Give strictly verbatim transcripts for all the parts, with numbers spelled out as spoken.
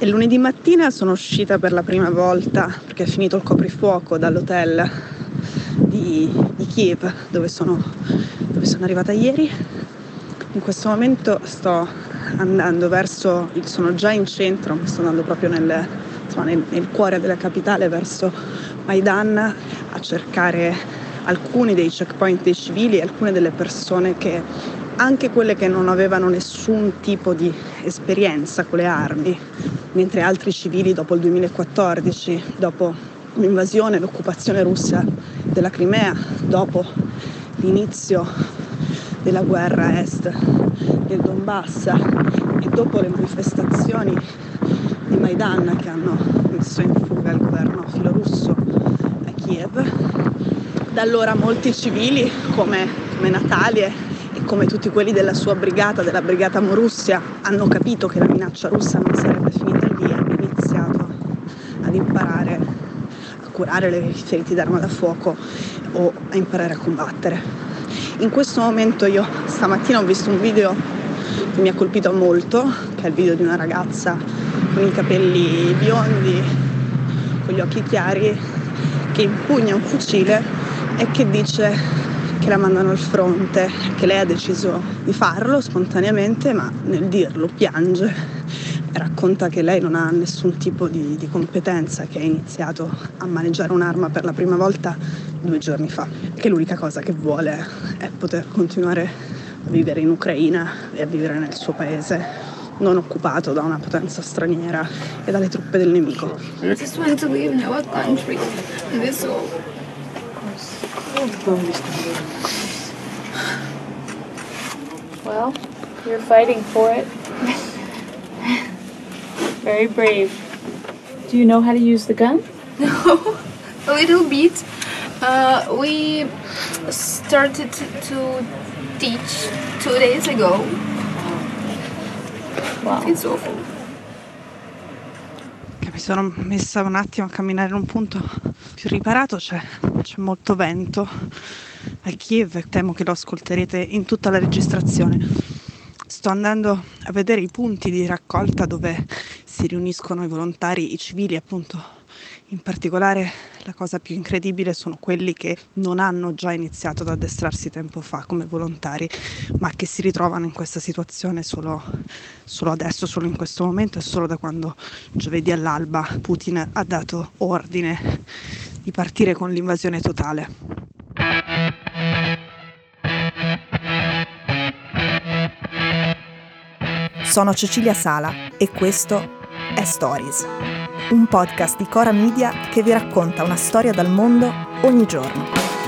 lunedì mattina sono uscita per la prima volta, perché è finito il coprifuoco, dall'hotel di, di Kiev, dove sono, dove sono arrivata ieri. In questo momento sto andando verso, sono già in centro, sto andando proprio nel, insomma, nel, nel cuore della capitale, verso Maidan, a cercare alcuni dei checkpoint dei civili, alcune delle persone che, anche quelle che non avevano nessun tipo di esperienza con le armi, mentre altri civili dopo il duemilaquattordici, dopo l'invasione, l'occupazione russa della Crimea, dopo l'inizio della guerra a est del Donbass e dopo le manifestazioni di Maidan che hanno messo in fuga il governo filorusso a Kiev, da allora molti civili come, come Natalie e come tutti quelli della sua brigata, della brigata Morussia, hanno capito che la minaccia russa non sarebbe finita lì e hanno iniziato ad imparare a curare le feriti d'arma da fuoco o a imparare a combattere. In questo momento io stamattina ho visto un video che mi ha colpito molto, che è il video di una ragazza con i capelli biondi, con gli occhi chiari, che impugna un fucile e che dice che la mandano al fronte, che lei ha deciso di farlo spontaneamente, ma nel dirlo piange e racconta che lei non ha nessun tipo di, di competenza, che ha iniziato a maneggiare un'arma per la prima volta due giorni fa, che l'unica cosa che vuole è poter continuare a vivere in Ucraina e a vivere nel suo paese non occupato da una potenza straniera e dalle truppe del nemico. I just want to live in our country, and that's all. Well, you're fighting for it. Very brave. Do you know how to use the gun? No, a little bit. Uh, we started to teach two days ago. Wow. It's awful. Che mi sono messa un attimo a camminare in un punto più riparato, c'è, c'è molto vento a Kiev, temo che lo ascolterete in tutta la registrazione. Sto andando a vedere i punti di raccolta dove si riuniscono i volontari, i civili appunto. In particolare la cosa più incredibile sono quelli che non hanno già iniziato ad addestrarsi tempo fa come volontari, ma che si ritrovano in questa situazione solo, solo adesso, solo in questo momento e solo da quando giovedì all'alba Putin ha dato ordine di partire con l'invasione totale. Sono Cecilia Sala e questo è Stories, un podcast di Cora Media che vi racconta una storia dal mondo ogni giorno.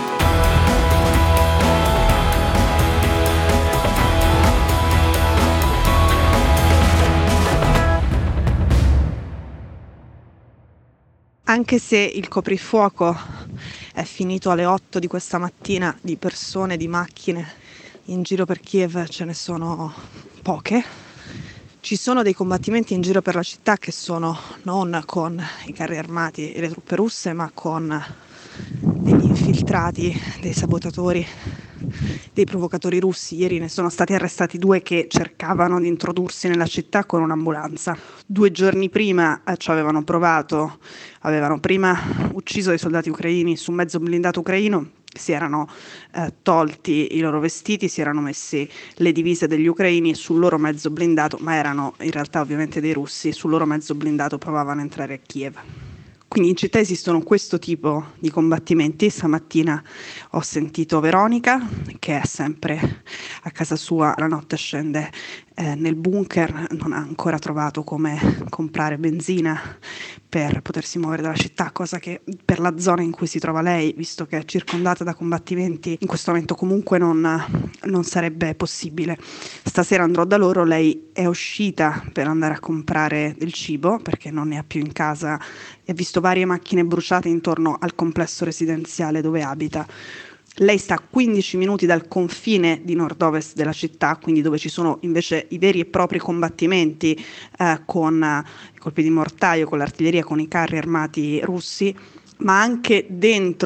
Anche se il coprifuoco è finito alle otto di questa mattina, di persone, di macchine in giro per Kiev ce ne sono poche. Ci sono dei combattimenti in giro per la città che sono non con i carri armati e le truppe russe, ma con degli infiltrati, dei sabotatori, dei provocatori russi. Ieri ne sono stati arrestati due che cercavano di introdursi nella città con un'ambulanza. Due giorni prima eh, ci avevano provato, avevano prima ucciso dei soldati ucraini su un mezzo blindato ucraino, si erano eh, tolti i loro vestiti, si erano messi le divise degli ucraini sul loro mezzo blindato, ma erano in realtà ovviamente dei russi, sul loro mezzo blindato provavano a entrare a Kiev. Quindi in città esistono questo tipo di combattimenti. Stamattina ho sentito Veronica, che è sempre a casa sua, la notte scende eh, nel bunker, non ha ancora trovato come comprare benzina per potersi muovere dalla città, cosa che per la zona in cui si trova lei, visto che è circondata da combattimenti, in questo momento comunque non, non sarebbe possibile. Stasera andrò da loro, lei è uscita per andare a comprare del cibo perché non ne ha più in casa e ha visto varie macchine bruciate intorno al complesso residenziale dove abita. Lei sta a quindici minuti dal confine di nord-ovest della città, quindi dove ci sono invece i veri e propri combattimenti eh, con eh, i colpi di mortaio, con l'artiglieria, con i carri armati russi, ma anche dentro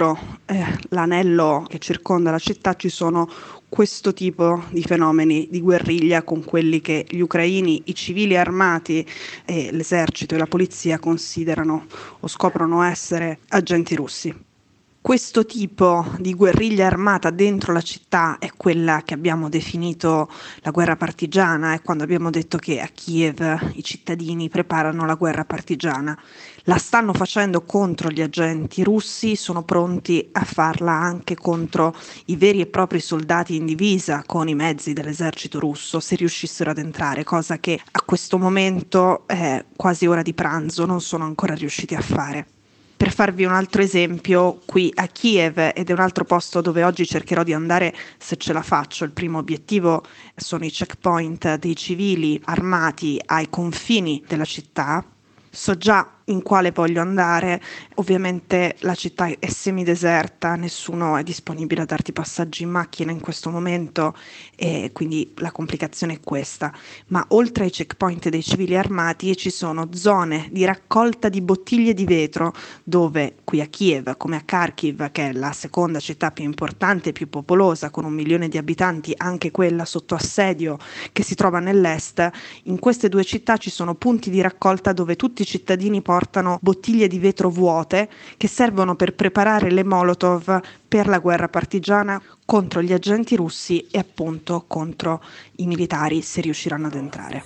eh, l'anello che circonda la città ci sono questo tipo di fenomeni di guerriglia con quelli che gli ucraini, i civili armati e l'esercito e la polizia considerano o scoprono essere agenti russi. Questo tipo di guerriglia armata dentro la città è quella che abbiamo definito la guerra partigiana, è quando abbiamo detto che a Kiev i cittadini preparano la guerra partigiana. La stanno facendo contro gli agenti russi, sono pronti a farla anche contro i veri e propri soldati in divisa con i mezzi dell'esercito russo, se riuscissero ad entrare, cosa che a questo momento è quasi ora di pranzo, non sono ancora riusciti a fare. Per farvi un altro esempio, qui a Kiev, ed è un altro posto dove oggi cercherò di andare se ce la faccio, il primo obiettivo sono i checkpoint dei civili armati ai confini della città. So già in quale voglio andare, ovviamente la città è semideserta, nessuno è disponibile a darti passaggi in macchina in questo momento e quindi la complicazione è questa, ma oltre ai checkpoint dei civili armati ci sono zone di raccolta di bottiglie di vetro dove qui a Kiev, come a Kharkiv, che è la seconda città più importante e più popolosa con un milione di abitanti, anche quella sotto assedio che si trova nell'est, in queste due città ci sono punti di raccolta dove tutti i cittadini portano bottiglie di vetro vuote che servono per preparare le Molotov per la guerra partigiana contro gli agenti russi e appunto contro i militari se riusciranno ad entrare.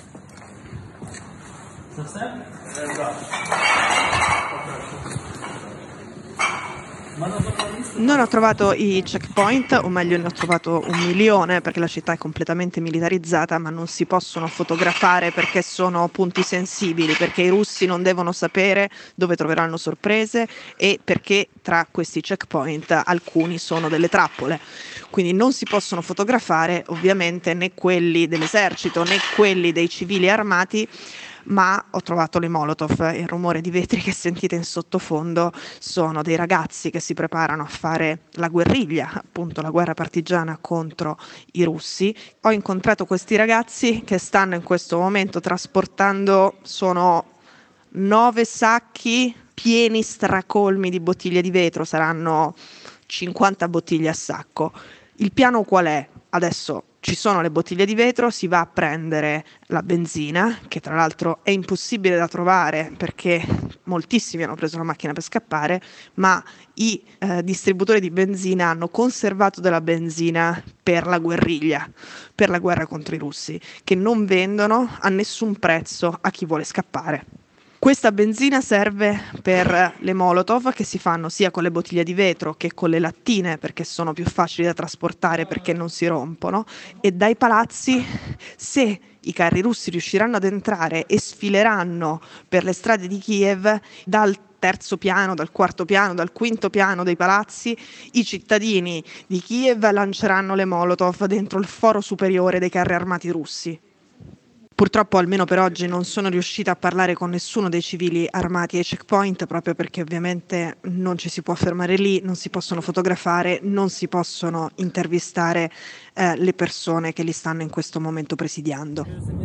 Non ho trovato i checkpoint, o meglio ne ho trovato un milione perché la città è completamente militarizzata, ma non si possono fotografare perché sono punti sensibili, perché i russi non devono sapere dove troveranno sorprese e perché tra questi checkpoint alcuni sono delle trappole. Quindi non si possono fotografare ovviamente né quelli dell'esercito né quelli dei civili armati, ma ho trovato le Molotov. Il rumore di vetri che sentite in sottofondo sono dei ragazzi che si preparano a fare la guerriglia, appunto la guerra partigiana contro i russi. Ho incontrato questi ragazzi che stanno in questo momento trasportando, sono nove sacchi pieni stracolmi di bottiglie di vetro, saranno cinquanta bottiglie a sacco. Il piano qual è? Adesso ci sono le bottiglie di vetro, si va a prendere la benzina, che tra l'altro è impossibile da trovare perché moltissimi hanno preso la macchina per scappare, ma i eh, distributori di benzina hanno conservato della benzina per la guerriglia, per la guerra contro i russi, che non vendono a nessun prezzo a chi vuole scappare. Questa benzina serve per le Molotov che si fanno sia con le bottiglie di vetro che con le lattine perché sono più facili da trasportare perché non si rompono, e dai palazzi, se i carri russi riusciranno ad entrare e sfileranno per le strade di Kiev, dal terzo piano, dal quarto piano, dal quinto piano dei palazzi, i cittadini di Kiev lanceranno le Molotov dentro il foro superiore dei carri armati russi. Purtroppo, almeno per oggi, non sono riuscita a parlare con nessuno dei civili armati ai checkpoint, proprio perché ovviamente non ci si può fermare lì, non si possono fotografare, non si possono intervistare eh, le persone che li stanno in questo momento presidiando.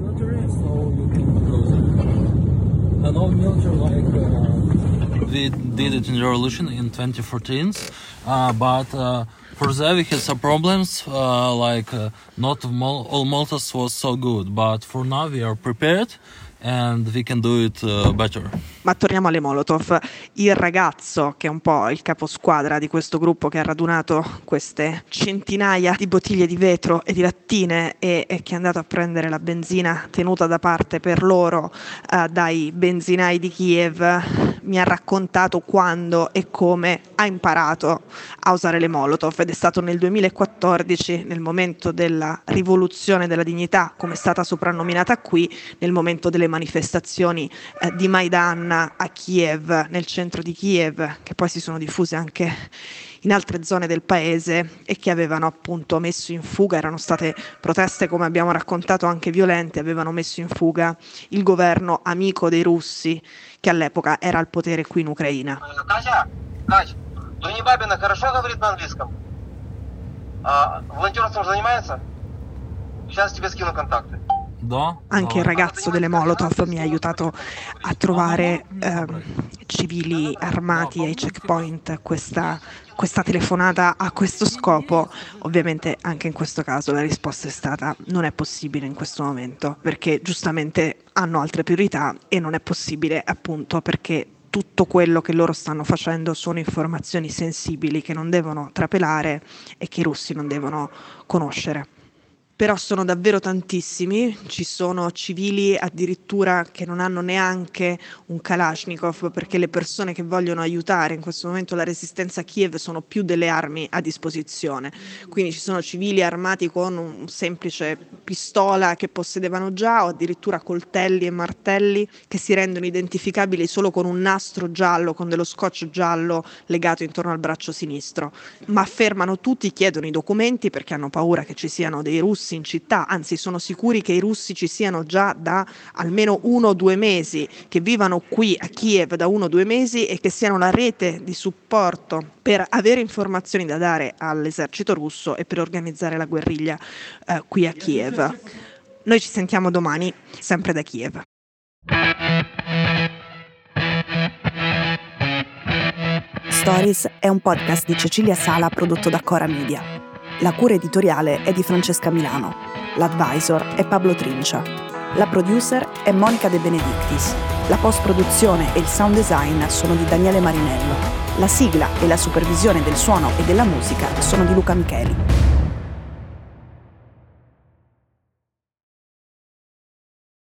We did it in revolution in twenty fourteen, uh, but uh, for that we had some problems, uh, like uh, not mol- all Maltas was so good, but for now we are prepared and we can do it uh, better. Ma torniamo alle Molotov. Il ragazzo, che è un po' il caposquadra di questo gruppo che ha radunato queste centinaia di bottiglie di vetro e di lattine e, e che è andato a prendere la benzina tenuta da parte per loro uh, dai benzinai di Kiev, mi ha raccontato quando e come ha imparato a usare le Molotov, ed è stato nel duemilaquattordici, nel momento della rivoluzione della dignità, come è stata soprannominata qui, nel momento delle manifestazioni eh, di Maidan a Kiev, nel centro di Kiev, che poi si sono diffuse anche in altre zone del paese e che avevano appunto messo in fuga, erano state proteste, come abbiamo raccontato, anche violente, avevano messo in fuga il governo amico dei russi che all'epoca era al potere qui in Ucraina. Катя, Кать, Дуня Бабина хорошо говорит на английском? Волонтерством занимается? Сейчас тебе скину контакты. Anche il ragazzo delle Molotov mi ha aiutato a trovare eh, civili armati ai checkpoint questa, questa telefonata a questo scopo? Ovviamente anche in questo caso la risposta è stata: non è possibile in questo momento, perché giustamente hanno altre priorità e non è possibile appunto perché tutto quello che loro stanno facendo sono informazioni sensibili che non devono trapelare e che i russi non devono conoscere. Però sono davvero tantissimi, ci sono civili addirittura che non hanno neanche un Kalashnikov, perché le persone che vogliono aiutare in questo momento la resistenza a Kiev sono più delle armi a disposizione, quindi ci sono civili armati con un semplice pistola che possedevano già o addirittura coltelli e martelli che si rendono identificabili solo con un nastro giallo, con dello scotch giallo legato intorno al braccio sinistro, ma fermano tutti, chiedono i documenti perché hanno paura che ci siano dei russi in città, anzi sono sicuri che i russi ci siano già da almeno uno o due mesi, che vivano qui a Kiev da uno o due mesi e che siano la rete di supporto per avere informazioni da dare all'esercito russo e per organizzare la guerriglia eh, qui a Kiev. Noi ci sentiamo domani, sempre da Kiev. Stories è un podcast di Cecilia Sala prodotto da Cora Media. La cura editoriale è di Francesca Milano, l'advisor è Pablo Trincia, la producer è Monica De Benedictis, la post-produzione e il sound design sono di Daniele Marinello, la sigla e la supervisione del suono e della musica sono di Luca Micheli.